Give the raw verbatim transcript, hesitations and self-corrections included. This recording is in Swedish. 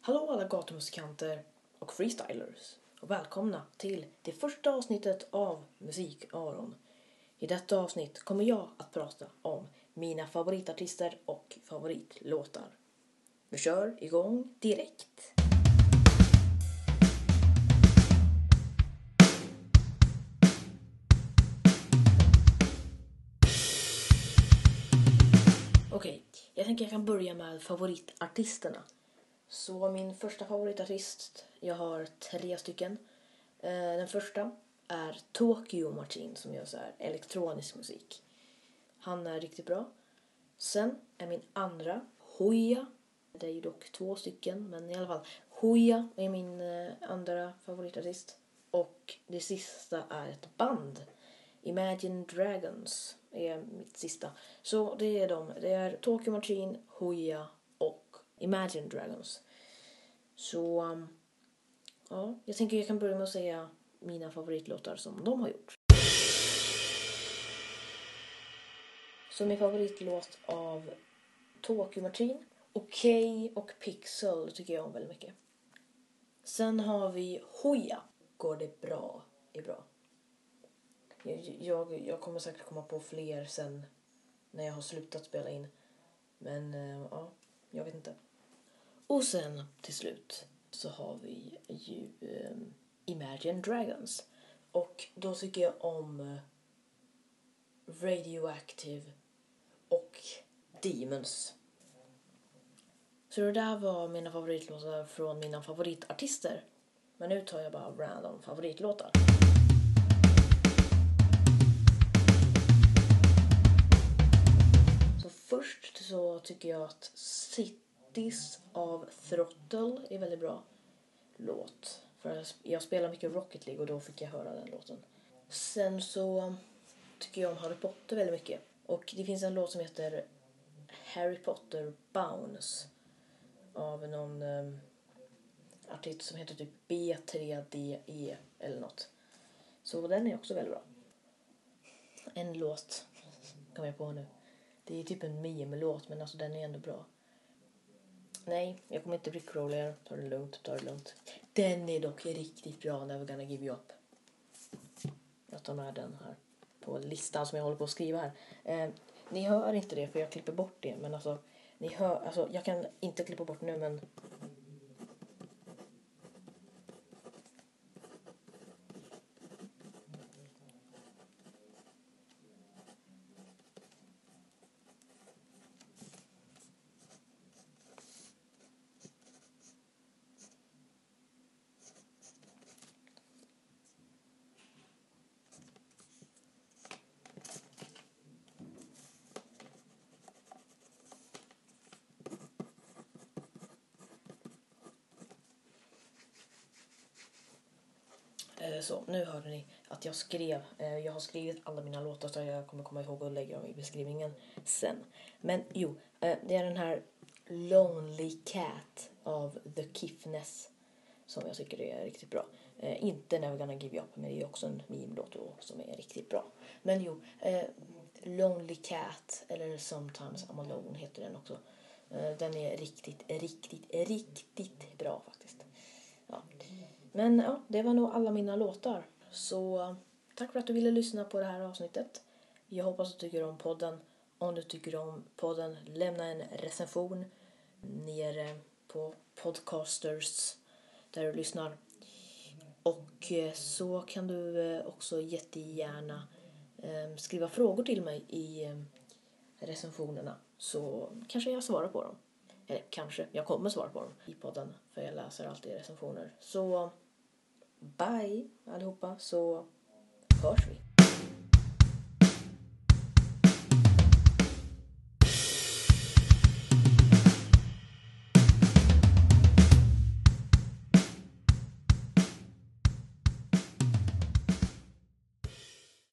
Hallå alla gatumusikanter och freestylers och välkomna till det första avsnittet av Musikaron. I detta avsnitt kommer jag att prata om mina favoritartister och favoritlåtar. Vi kör igång direkt. Okej, jag tänker jag kan börja med favoritartisterna. Så min första favoritartist, jag har tre stycken. Den första är Tokyo Machine som gör så här elektronisk musik. Han är riktigt bra. Sen är min andra Hoya. Det är ju dock två stycken, men i alla fall Hoya är min andra favoritartist. Och det sista är ett band. Imagine Dragons är mitt sista. Så det är de. Det är Tokyo Machine, Hoya och Imagine Dragons. Så um, ja, jag tänker jag kan börja med att säga mina favoritlåtar som de har gjort. Så min favoritlåt av Tokyo Machine, Okej och Pixel tycker jag om väldigt mycket. Sen har vi Hoya. Går det bra är bra. Jag, jag, jag kommer säkert komma på fler sen när jag har slutat spela in. Men uh, ja, jag vet inte. Och sen till slut så har vi ju um, Imagine Dragons. Och då tycker jag om uh, Radioactive och Demons. Så det där var mina favoritlåtar från mina favoritartister. Men nu tar jag bara random favoritlåtar. Så först så tycker jag att Cities av Throttle är väldigt bra låt. För jag spelar mycket Rocket League och då fick jag höra den låten. Sen så tycker jag om Harry Potter väldigt mycket. Och det finns en låt som heter Harry Potter Bounce av någon um, artist som heter typ B tre D E eller något. Så den är också väldigt bra. En låt kommer jag på nu. Det är typ en meme-låt, men alltså den är ändå bra. Nej, jag kommer inte rickrolla er. Ta det lugnt, ta det lugnt. Den är dock riktigt bra, Never Gonna Give You Up. Jag tar med den här på listan som jag håller på att skriva här. Eh, ni hör inte det för jag klipper bort det. Men alltså, ni hör, alltså jag kan inte klippa bort nu, men... Så, nu hörde ni att jag skrev, jag har skrivit alla mina låtar så jag kommer komma ihåg och lägga dem i beskrivningen sen. Men jo, det är den här Lonely Cat av The Kiffness som jag tycker är riktigt bra. Inte Never Gonna Give You Up, men det är också en meme-låt som är riktigt bra. Men jo, Lonely Cat eller Sometimes I'm Alone heter den också. Den är riktigt, riktigt, riktigt bra faktiskt. Ja. Men ja, det var nog alla mina låtar. Så tack för att du ville lyssna på det här avsnittet. Jag hoppas att du tycker om podden. Om du tycker om podden, lämna en recension nere på Podcasters där du lyssnar. Och så kan du också jättegärna skriva frågor till mig i recensionerna. Så kanske jag svarar på dem. Eller kanske, jag kommer svara på dem i podden. För jag läser alltid recensioner. Så bye allihopa, så hörs vi.